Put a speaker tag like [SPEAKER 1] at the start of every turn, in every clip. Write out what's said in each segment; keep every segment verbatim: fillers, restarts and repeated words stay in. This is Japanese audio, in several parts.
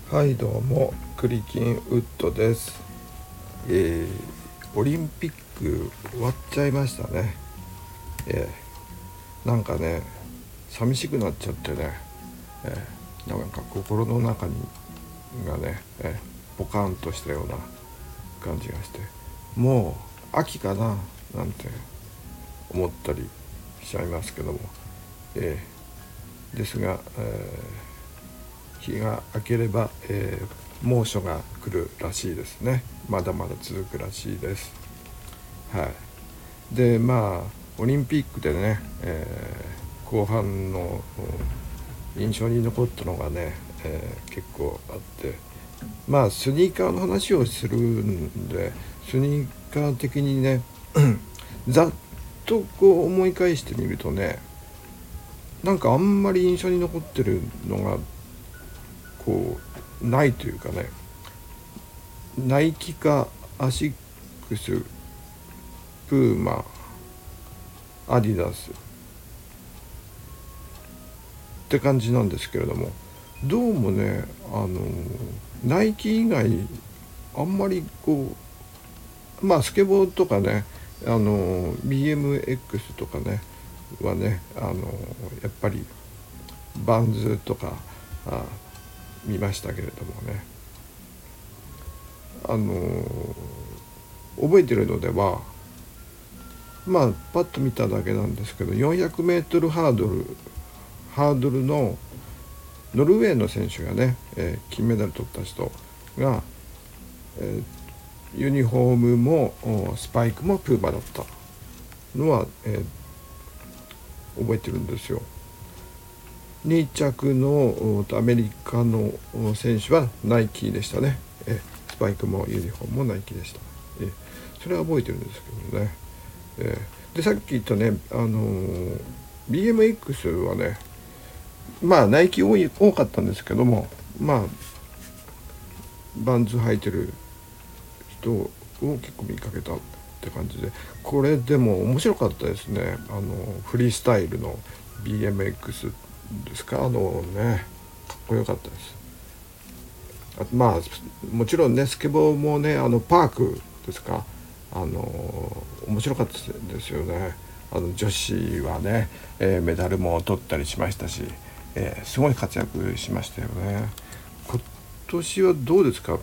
[SPEAKER 1] はいどうもクリキンウッドです。えー、オリンピック終わっちゃいましたね。えー、なんかね寂しくなっちゃってね、えー、なんか心の中にがね、えー、ポカンとしたような感じがして、もう秋かななんて思ったりしちゃいますけども、えー、ですが、えー日が明ければ、えー、猛暑が来るらしいですね。まだまだ続くらしいです。はい。でまあオリンピックでね、えー、後半の印象に残ったのがね、えー、結構あって、まあスニーカーの話をするんで、スニーカー的にねざっとこう思い返してみるとね、なんかあんまり印象に残ってるのがこうないというかね、ナイキかアシックス、プーマ、アディダスって感じなんですけれども、どうもねあのナイキ以外あんまりこう、まあスケボーとかね、あの ビーエムエックス とかねはね、あのやっぱりバンズとかあ見ましたけれどもね、あの覚えてるのでは、まあパッと見ただけなんですけど、よんひゃくメートルハードルハードルのノルウェーの選手がね、えー、金メダル取った人が、えー、ユニフォームもスパイクもプーマだったのは、えー、覚えてるんですよ。に着のアメリカの選手はナイキでしたね。えー、スパイクもユニフォームもナイキでした。えー、それは覚えてるんですけどね。えー、でさっき言ったね、あのー、ビーエムエックス はね、まあナイキ多い多かったんですけども、まあバンズ履いてる人を結構見かけたって感じで、これでも面白かったですね。あのフリースタイルの ビーエムエックス ですか、あのねかっこよかったです。あまあもちろんねスケボーもね、あのパークですか、あの面白かったですよね。あの女子はね、えー、メダルも取ったりしましたし、えー、すごい活躍しましたよね。今年はどうですか？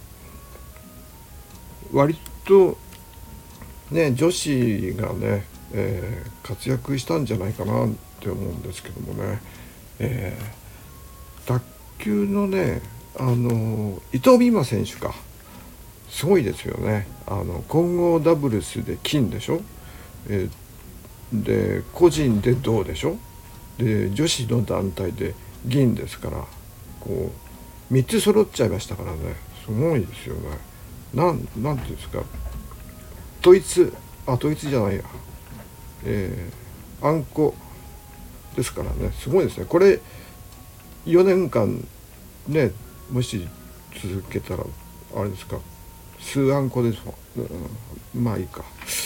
[SPEAKER 1] 割とね女子がね、えー、活躍したんじゃないかなって思うんですけどもね、えー、卓球のね、あの伊藤美誠選手か、すごいですよね。あの混合ダブルスで金でしょ、えー、で個人で銅でしょ、で女子の団体で銀ですから、こうみっつ揃っちゃいましたからね、すごいですよね。なんなんていうんですか、統一あ統一じゃないや、えー、あんこですからね、すごいですね。これよねんかんね、もし続けたらあれですか、数あんこですもん、うん、まあいいか。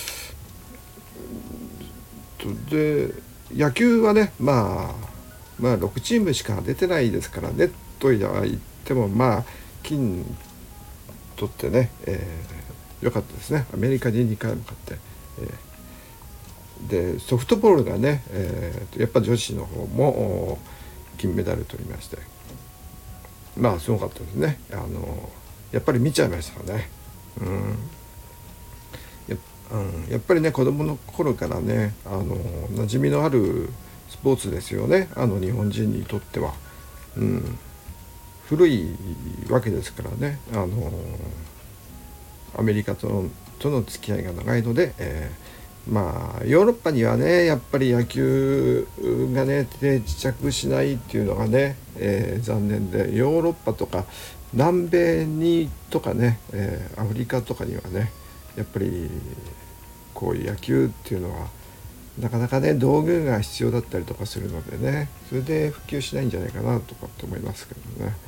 [SPEAKER 1] で野球はね、まあまあろくチームしか出てないですからね、と言ってもまあ金取ってね、えー、よかったですね。アメリカににかいも勝って、えー、でソフトボールがね、えー、やっぱ女子の方も金メダル取りまして、まあすごかったですね。あのやっぱり見ちゃいましたね。うんやうん、やっぱりね子供の頃からね、あの馴染みのあるスポーツですよね、あの日本人にとっては。うん、古いわけですからね、あのアメリカとのとの付き合いが長いので、えー、まあヨーロッパにはねやっぱり野球がね定着しないっていうのがね、えー、残念で、ヨーロッパとか南米にとかね、えー、アフリカとかにはねやっぱりこう野球っていうのはなかなかね道具が必要だったりとかするのでね、それで普及しないんじゃないかなとかって思いますけどね。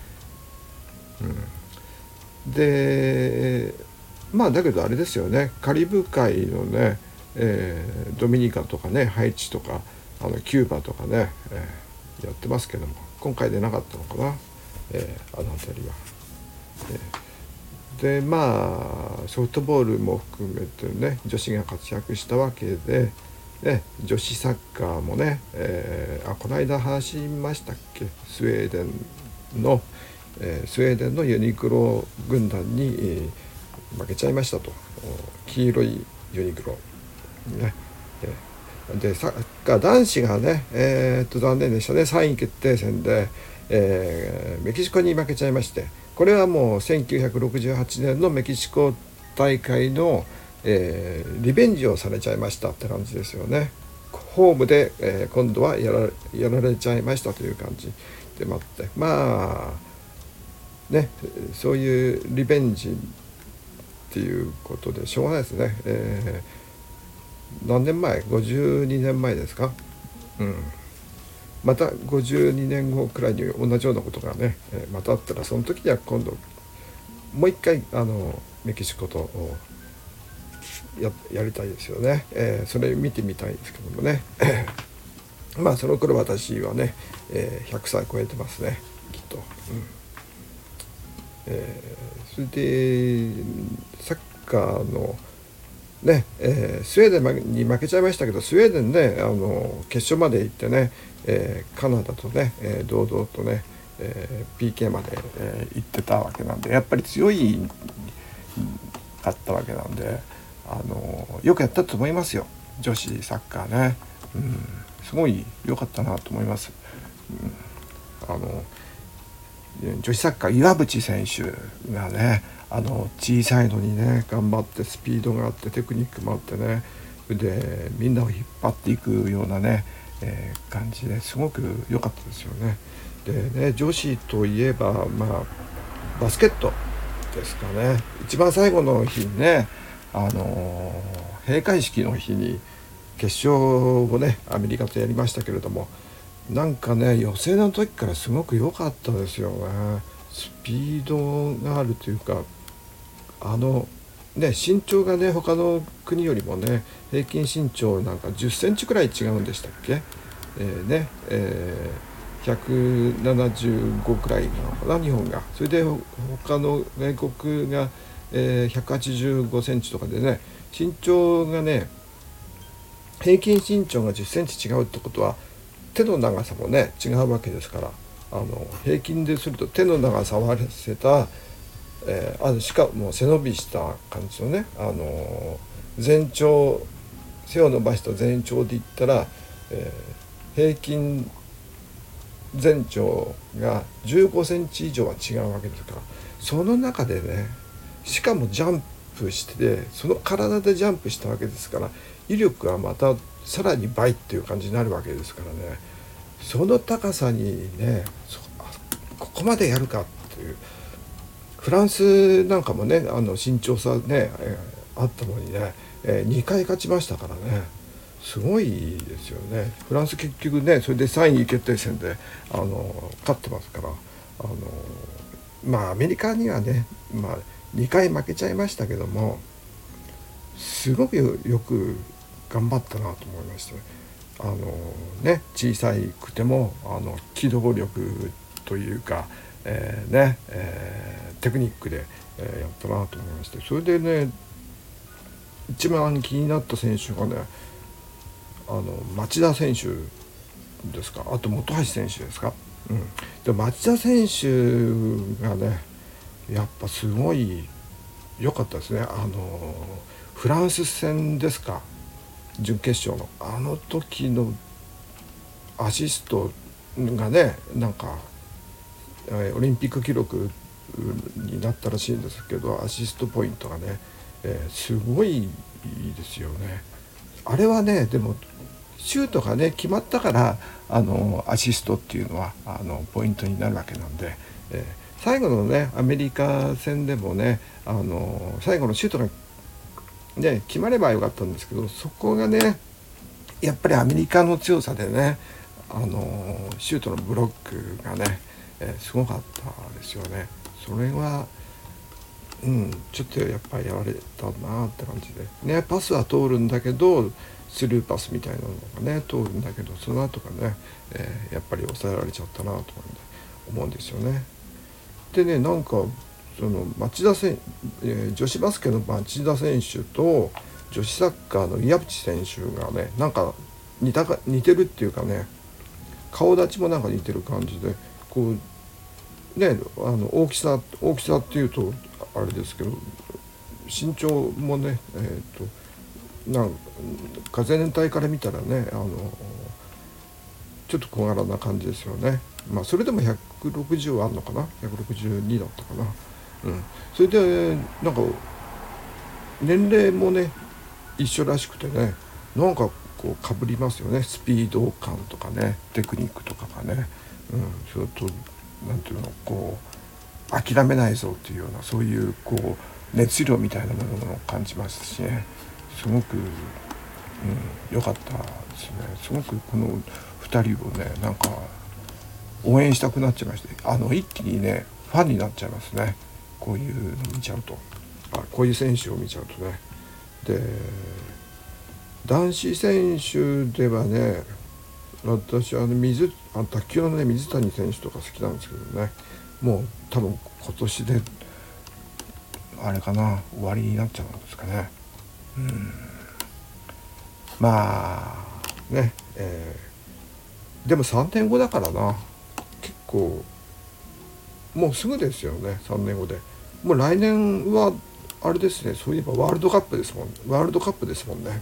[SPEAKER 1] うん、でまあだけどあれですよね、カリブ海のね、えー、ドミニカとかねハイチとかあのキューバとかね、えー、やってますけども、今回でなかったのかな、えー、あの辺りは。 でまあソフトボールも含めてね女子が活躍したわけで、ね、女子サッカーもね、えー、あこの間話しましたっけ、スウェーデンの、えー、スウェーデンのユニクロ軍団に、えー、負けちゃいましたと。黄色いユニクロ、ねえー、でサッカー男子がね、えー、っと残念でしたね。さんい決定戦で、えー、メキシコに負けちゃいまして、これはもうせんきゅうひゃくろくじゅうはちねんのメキシコ大会の、えー、リベンジをされちゃいましたって感じですよね。ホームで、えー、今度はやら、やられちゃいましたという感じでもあって、まあねそういうリベンジっていうことでしょうがないですね。えー、何年前ごじゅうにねんまえですか、うん、またごじゅうにねんごくらいに同じようなことがね、えー、またあったらその時には今度もう一回あのメキシコと や, やりたいですよね、えー、それ見てみたいですけどもねまあその頃私はね、えー、ひゃくさい超えてますねきっと、うんえー、それでサッカーのねえー、スウェーデンに負けちゃいましたけど、スウェーデンねあの決勝まで行ってね、えー、カナダとね、えー、堂々とね、えー、ピーケー まで、えー、行ってたわけなんで、やっぱり強いかったわけなんで、あのよくやったと思いますよ女子サッカーね、うん、すごい良かったなと思います、うん、あの女子サッカー岩渕選手がねあの小さいのにね頑張ってスピードがあってテクニックもあってねでみんなを引っ張っていくようなね、えー、感じですごく良かったですよね。でね女子といえばまあバスケットですかね。一番最後の日にねあのー、閉会式の日に決勝をねアメリカとやりましたけれども、なんかね予選の時からすごく良かったですよね。スピードがあるというかあのね身長がね他の国よりもね平均身長なんかじゅっセンチくらい違うんでしたっけ、えー、ね、えー、ひゃくななじゅうごくらいなのかな日本が。それで他の外国が、えー、ひゃくはちじゅうごセンチとかでね身長がね平均身長がじゅっセンチ違うってことは手の長さもね違うわけですから、あの平均ですると手の長さを合わせた、えー、あしかも背伸びした感じのね、あの全長背を伸ばした全長で言ったら、えー、平均全長がじゅうごセンチ以上は違うわけですから、その中でねしかもジャンプしてその体でジャンプしたわけですから、威力はまたさらに倍っていう感じになるわけですからね。その高さにねここまでやるかっていう。フランスなんかもねあの身長差ね、えー、あったのにね、えー、にかい勝ちましたからねすごいですよね。フランス結局ねそれでさんい決定戦であの勝ってますから、あのまあアメリカにはね、まあ、にかい負けちゃいましたけどもすごくよく頑張ったなと思いました。あのね小さいくてもあの機動力というか、えーねえー、テクニックで、えー、やったなと思いまして、それでね一番気になった選手がねあの町田選手ですか、あと本橋選手ですか、うん、で町田選手がねやっぱすごい良かったですね。あのフランス戦ですか準決勝のあの時のアシストがねなんかオリンピック記録になったらしいんですけど、アシストポイントがね、えー、すごいいいですよね。あれはねでもシュートがね決まったからあのアシストっていうのはあのポイントになるわけなんで、えー、最後のねアメリカ戦でもねあの最後のシュートがね決まればよかったんですけど、そこがねやっぱりアメリカの強さでねあのシュートのブロックがね、えー、すごかったですよね。それはうんちょっとやっぱりやられたなって感じでね。パスは通るんだけどスルーパスみたいなのがね通るんだけどその後がね、えー、やっぱり抑えられちゃったなと思うんですよね。でねなんかその町田選、えー、女子バスケの町田選手と女子サッカーの岩渕選手がねなんか似たか似てるっていうかね、顔立ちもなんか似てる感じで、こうねあの大きさ大きさっていうとあれですけど、身長もねえっ、となんか全体から見たらねあのちょっと小柄な感じですよね。まあそれでもひゃくろくじゅうあんのかな、ひゃくろくじゅうにだったかな。うん、それでなんか年齢もね一緒らしくてね、なんかこうかぶりますよね。スピード感とかねテクニックとかがね、うん、それとなんていうのこう諦めないぞっていうようなそういうこう熱量みたいなものを感じますしね、すごく良、うん、かったですね。すごくこのふたりをねなんか応援したくなっちゃいまして、あの一気にねファンになっちゃいますね。こういうの見ちゃうと、あこういう選手を見ちゃうとね。で男子選手ではね、私はあの水あ卓球のね水谷選手とか好きなんですけどね、もう多分今年であれかな終わりになっちゃうんですかね。うんまあね、えー、でもさんねんごだからな、結構もうすぐですよね。さんねんごでもう来年はあれですね、そういえばワールドカップですもんワールドカップですもんね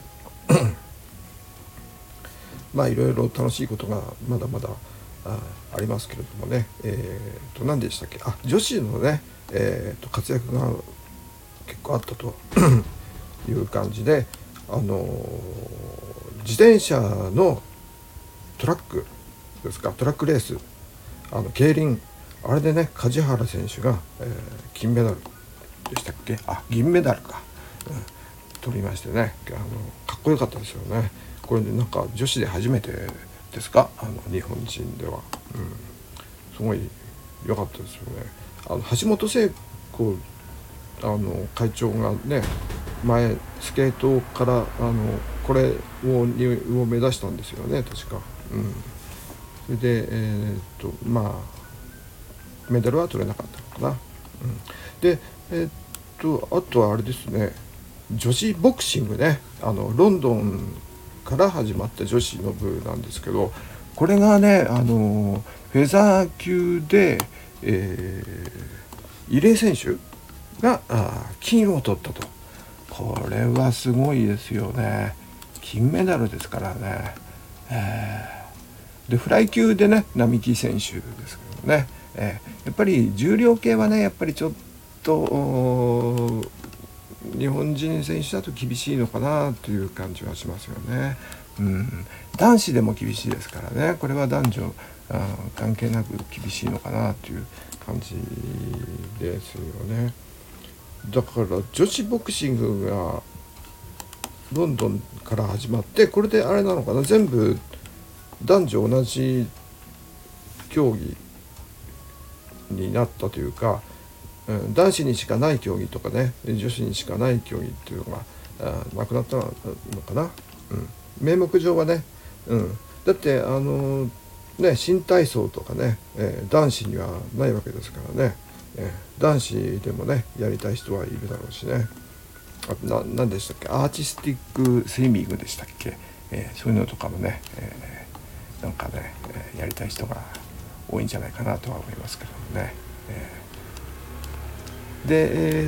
[SPEAKER 1] まあいろいろ楽しいことがまだまだ あ, ありますけれどもね、えー、と何でしたっけ、あ女子のね、えー、と活躍が結構あったという感じで、あのー、自転車のトラックですか、トラックレース、あの競輪、あれでね梶原選手が、えー、金メダルでしたっけ、あ銀メダルか、うん、取りましてね、あのかっこよかったですよね。これでなんか女子で初めてですか、あの日本人では、うん、すごい良かったですよね。あの橋本聖子あの会長がね前スケートからあのこれをにを目指したんですよね確か、うん、それでえー、っとまあメダルは取れなかったのかな、うん、でえー、っとあとはあれですね、女子ボクシングね、あのロンドンから始まった女子の部なんですけど、これがねあのフェザー級で、えー、入江選手が金を取ったと。これはすごいですよね。金メダルですからね、えー、でフライ級でね並木選手ですけどね、えー、やっぱり重量系はねやっぱりちょっと日本人選手だと厳しいのかなという感じはしますよね。うん、男子でも厳しいですからね、これは男女あ関係なく厳しいのかなという感じですよね。だから女子ボクシングがロンドンから始まって、これであれなのかな、全部男女同じ競技になったというか、うん、男子にしかない競技とかね女子にしかない競技っていうのがあなくなったのかな、うん、名目上はね、うん、だってあのね新体操とかね、えー、男子にはないわけですからね、えー、男子でもねやりたい人はいるだろうしね。あな何でしたっけ、アーティスティックスイミングでしたっけ、えー、そういうのとかもね、えー、なんかね、えー、やりたい人が多いんじゃないかなとは思いますけどもね、えー、でえ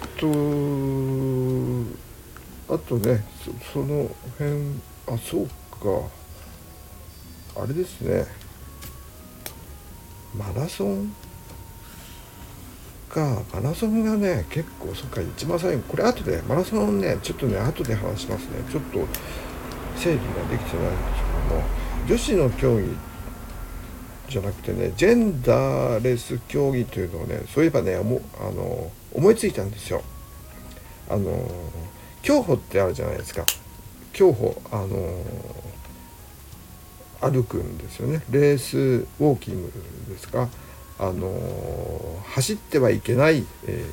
[SPEAKER 1] ー、っとあとね そ, その辺あそうかあれですね、マラソンかマラソンがね結構そっか一番最後これ後でマラソンねちょっとね後で話しますね。ちょっと整理ができてないんですけども、女子の競技じゃなくてねジェンダーレス競技というのをねそういえばねもあの思いついたんですよ。あの競歩ってあるじゃないですか。競歩あの歩くんですよね。レースウォーキングですか。あの走ってはいけない、え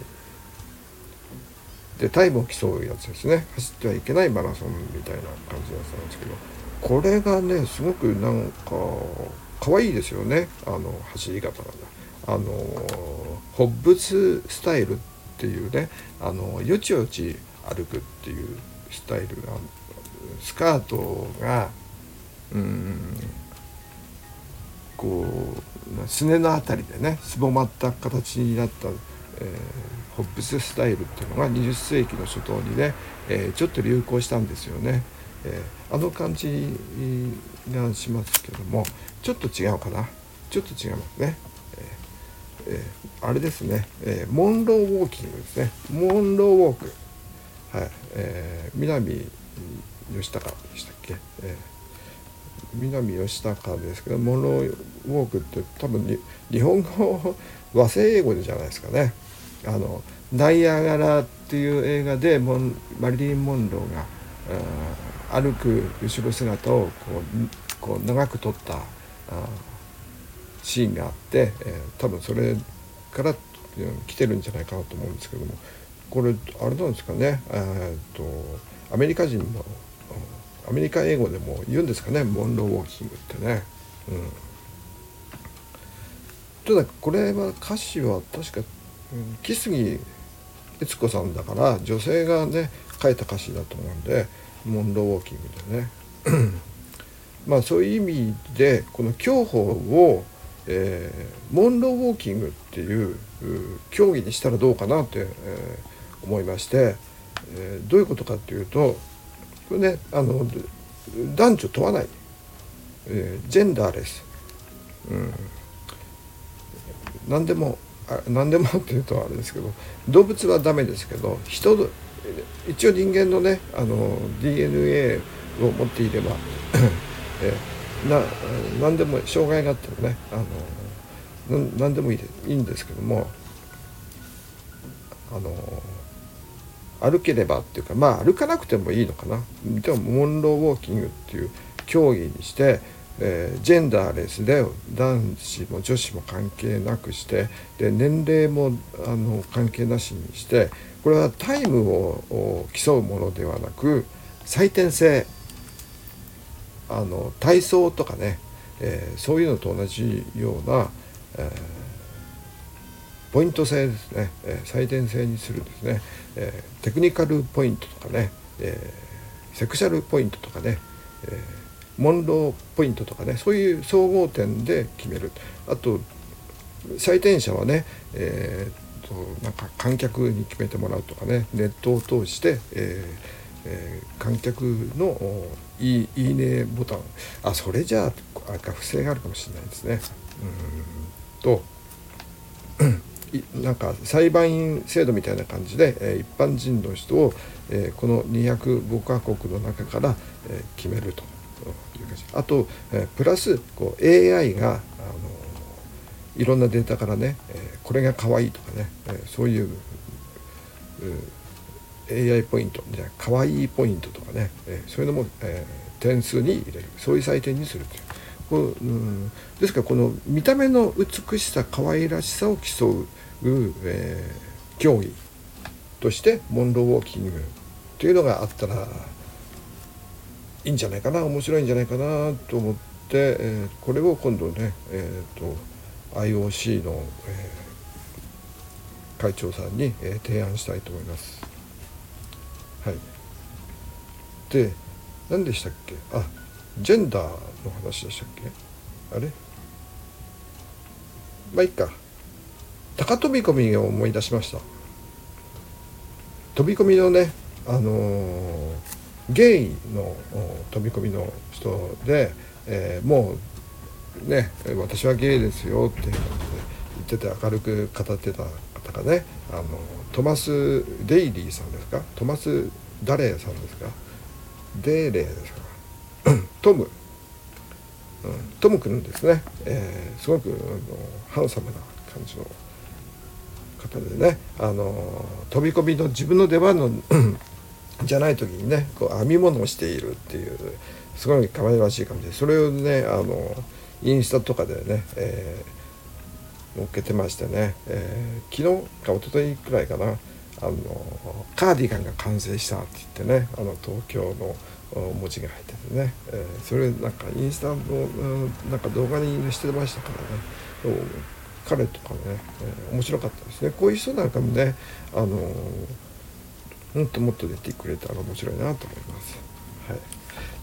[SPEAKER 1] ー、でタイムを競うやつですね。走ってはいけないマラソンみたいな感じのやつなんですけど、これがねすごくなんか可愛いですよね。あの走り方なんだ。 あのホッブススタイルっていうね、あのよちよち歩くっていうスタイルが、スカートがうーんこうすねのあたりでねすぼまった形になった、えー、ホッブススタイルっていうのがにじゅっせいきの初頭にね、えー、ちょっと流行したんですよね。えー、あの感じがしますけども、ちょっと違うかな、ちょっと違いますね。えーえー、あれですね、えー、モンローウォーキングですね。モンローウォーク、はい、えー、南吉高でしたっけ、えー南吉高ですけど、モンローウォークって多分に日本語和製英語でじゃないですかね。あのナイアガラっていう映画でモンマリリン・モンローが歩く後ろ姿をこうこう長く撮ったシーンがあって、えー、多分それから来てるんじゃないかなと思うんですけども、これあれなんですかね、えー、とアメリカ人のアメリカ英語でも言うんですかね、モンローウォーキングってね。うん、ただこれは歌詞は確か、うん、木杉悦子さんだから女性がね書いた歌詞だと思うんで、モンローウォーキングでねまあそういう意味でこの競歩を、えー、モンローウォーキングっていう競技にしたらどうかなって、えー、思いまして、えー、どういうことかっていうと、これね、あの男女問わない、えー、ジェンダーレス、うん、何でもあ何でもっていうとあれですけど、動物はダメですけど、人一応人間のねあの ディーエヌエー を持っていればえー、な何でも障害があってもね、あの何でもいいでいいんですけども、あの歩ければっていうか、まあ歩かなくてもいいのかな。でもモンローウォーキングっていう競技にして、えー、ジェンダーレスで男子も女子も関係なくして、で年齢もあの関係なしにして、これはタイムを競うものではなく採点制、あの体操とかね、えー、そういうのと同じような、えーポイント制ですね、えー、採点制にするですね、えー、テクニカルポイントとかね、えー、セクシャルポイントとかね、えー、モンローポイントとかね、そういう総合点で決める。あと採点者はね、えー、となんか観客に決めてもらうとかね、ネットを通して、えーえー、観客のいい、いいねボタン、あそれじゃああ不正があるかもしれないですね。うんとなんか裁判員制度みたいな感じで、えー、一般人の人を、えー、このにひゃくごカ国の中から、えー、決めるという感じ。あと、えー、プラスこう エーアイ が、あのー、いろんなデータからね、えー、これが可愛いとかね、えー、そういう、エーアイ ポイントじゃ可愛いポイントとかね、えー、そういうのも、えー、点数に入れる、そういう採点にするという。こう、うん、ですからこの見た目の美しさ可愛らしさを競う、えー、競技としてモンローウォーキングというのがあったらいいんじゃないかな、面白いんじゃないかなと思って、えー、これを今度ね、えー、と アイオーシー の、えー、会長さんに、えー、提案したいと思います。はい。で、何でしたっけ、あジェンダーの話でしたっけ、あれまあいいか。高飛び込みを思い出しました。飛び込みのね、あのー、ゲイの飛び込みの人で、えー、もうね私はゲイですよっていう感じで言ってて明るく語ってた方がね、あのトマス・デイリーさんですか、トマス・ダレーさんですか、デーレーですかトム、うん、トム君ですね、えー、すごくあのハンサムな感じの方でね、あの飛び込みの自分の出番のじゃない時にねこう編み物をしているっていうすごい可愛らしい感じで、それをねあのインスタとかでね、えー、載っけてましてね、えー、昨日か一昨日くらいかな、あのカーディガンが完成したって言ってね、あの東京の文字が入っててね、えー、それなんかインスタのなんか動画にしてましたからね、 彼とかね、えー、面白かったですね。こういう人なんかもね、あのー、もっともっと出てくれたら面白いなと思います。はい、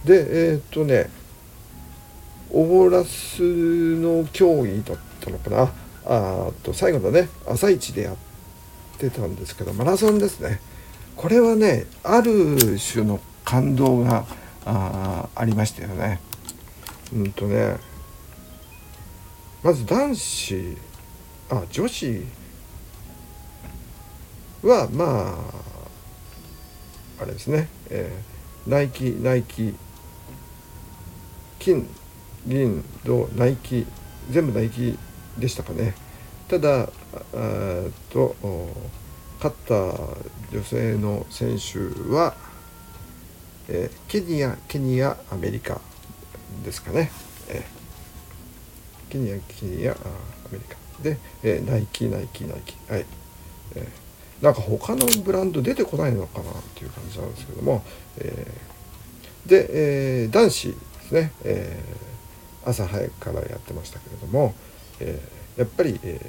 [SPEAKER 1] でえー、っとねオーラスの競技だったのかなあと最後のね朝一でやってたんですけど、マラソンですね。これはねある種の感動が あ, ありましたよね。うんとねまず男子あ女子はまああれですね、えー、ナイキナイキ金銀銅ナイキ全部ナイキでしたかね。ただえっと勝った女性の選手は、えー、ケニアケニアアメリカですかね、えー、ケニアケニアアメリカで、えー、ナイキナイキナイキはい、えー、なんか他のブランド出てこないのかなっていう感じなんですけども、えー、で、えー、男子ですね、えー、朝早くからやってましたけれども、えー、やっぱり、え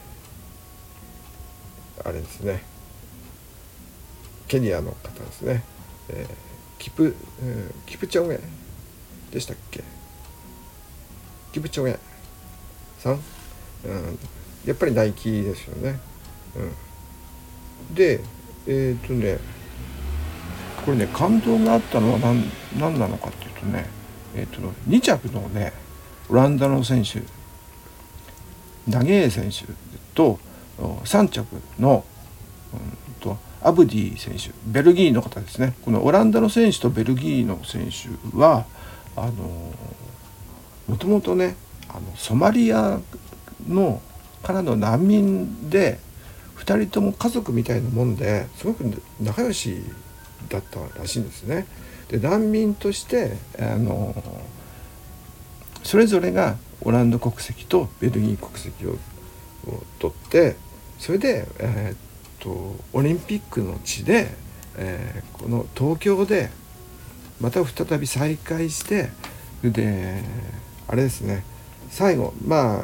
[SPEAKER 1] ー、あれですねケニアの方ですね、えー、キプ、えー、キプチョンゲでしたっけキプチョンゲさん、うん、やっぱりナイキですよね、うん、でえっ、ー、とねこれね感動があったのは何, 何なのかっていうとね、えー、とに着のねオランダの選手ナゲー選手とさん着の、うん、とアブディ選手ベルギーの方ですね。このオランダの選手とベルギーの選手はあのもともとねあのソマリアのからの難民でふたりとも家族みたいなもんですごく仲良しだったらしいんですね。で難民としてあのそれぞれがオランダ国籍とベルギー国籍を取ってそれで、えー、っとオリンピックの地で、えー、この東京でまた再び再会してであれですね最後まあ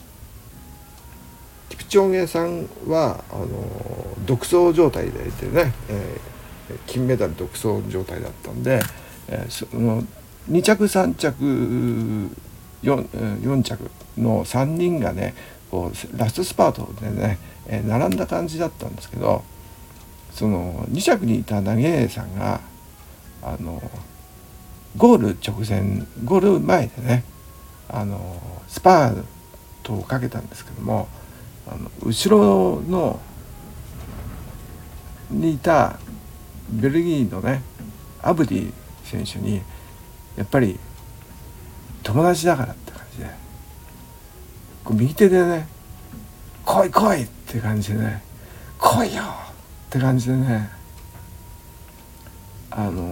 [SPEAKER 1] キプチョンゲさんはあの独走状態でいてね、えー、金メダル独走状態だったんで、えー、そのに着さん着 4, よん着のさんにんがねこうラストスパートでね、えー、並んだ感じだったんですけどそのに着にいたナゲーさんがあのゴール直前ゴール前でねあのスパートをかけたんですけどもあの後ろのにいたベルギーのねアブディ選手にやっぱり友達だからって感じでこう右手でね来い来いって感じでね来いよって感じでねあの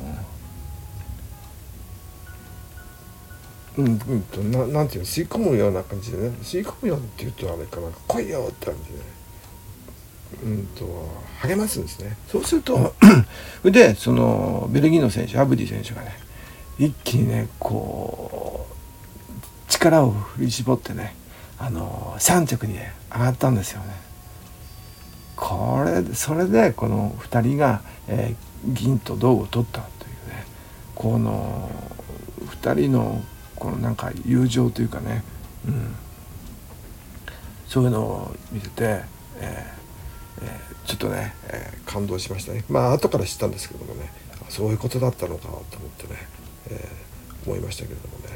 [SPEAKER 1] ー、うんうんと な, なんていうの吸い込むような感じでね吸い込むようって言うとあれかな来いよって感じでねうんと励ますんですね。そうするとでそのベルギーの選手アブディ選手がね一気にねこう力を振り絞ってねあのさん着に、ね、上がったんですよね。これそれでこのふたりが、えー、銀と銅を取ったというねこのふたりのこのなんか友情というかね、うん、そういうのを見てて、えーえー、ちょっとね、えー、感動しましたね。まあ後から知ったんですけどもねそういうことだったのかと思ってね、えー、思いましたけれどもね、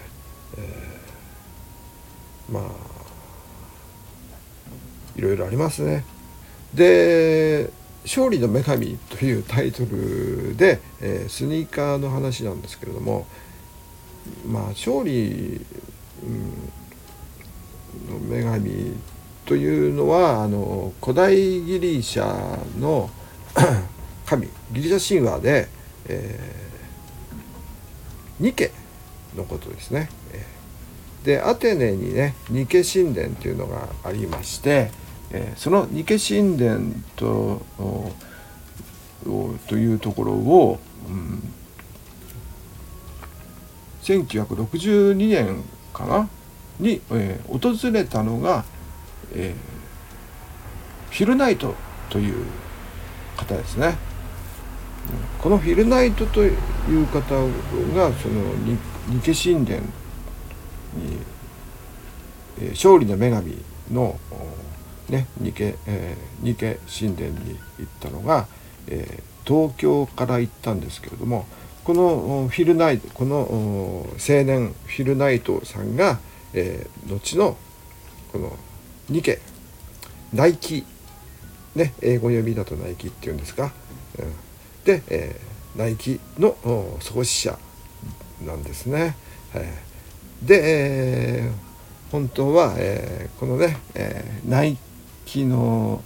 [SPEAKER 1] えー、まあいろいろありますね。で勝利の女神というタイトルで、えー、スニーカーの話なんですけれどもまあ勝利、うん、の女神というのはあの古代ギリシャの神ギリシャ神話で、えー、ニケのことですね。でアテネにねニケ神殿というのがありまして、えー、そのニケ神殿とというところを、うん、せんきゅうひゃくろくじゅうにねんかなに、えー、訪れたのがえー、フィルナイトという方ですね。このフィルナイトという方がそのニケ神殿に、えー、勝利の女神の、ね、ニケ、えー、ニケ神殿に行ったのが、えー、東京から行ったんですけれども、このフィルナイトこの青年フィルナイトさんが、えー、後のこのニケナイキね、英語読みだとナイキっていうんですか、うん、で、えー、ナイキの創始者なんですね。えー、で、えー、本当は、えー、このね、えー、ナイキの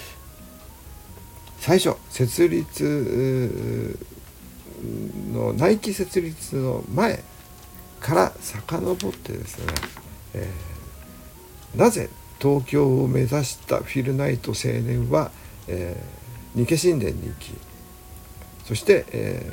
[SPEAKER 1] 最初設立のナイキ設立の前から遡ってですね、えー、なぜ東京を目指したフィルナイト青年は、えー、ニケ神殿に行き、そして、え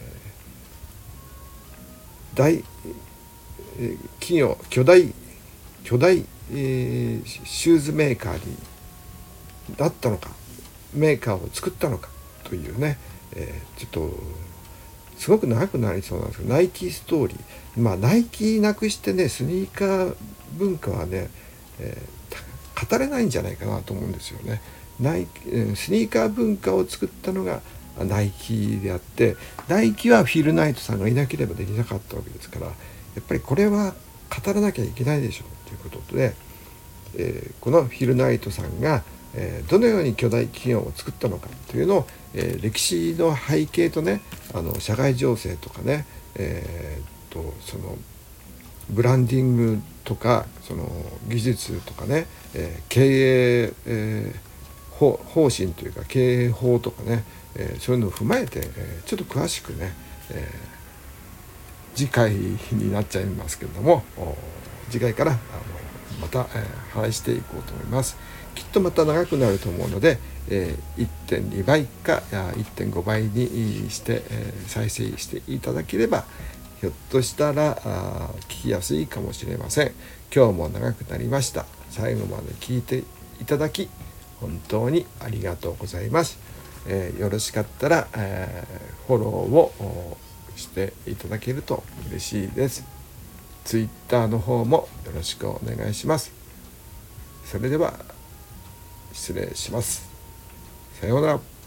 [SPEAKER 1] ー、大企業巨大巨大、えー、シューズメーカーになったのか、メーカーを作ったのかというね、えー、ちょっとすごく長くなりそうなんですけど、ナイキストーリー、まあナイキなくしてね、スニーカー文化はね、えー、語れないんじゃないかなと思うんですよね。ナイキスニーカー文化を作ったのがナイキであって、ナイキはフィルナイトさんがいなければできなかったわけですから、やっぱりこれは語らなきゃいけないでしょうということで、えー、このフィルナイトさんが、えー、どのように巨大企業を作ったのかというのを、えー、歴史の背景とね、あの社会情勢とかね、えー、とそのブランディングとかその技術とかね、えー、経営、えー、方, 方針というか経営法とかね、えー、そういうのを踏まえて、えー、ちょっと詳しくね、えー、次回になっちゃいますけれども、次回からあのまた、えー、話していこうと思います。きっとまた長くなると思うので、えー、いってんにばいか いってんごばいにして、えー、再生していただければひょっとしたらあ聞きやすいかもしれません。今日も長くなりました。最後まで聞いていただき本当にありがとうございます。えー、よろしかったら、えー、フォローをしていただけると嬉しいです。ツイッターの方もよろしくお願いします。それでは失礼します。さようなら。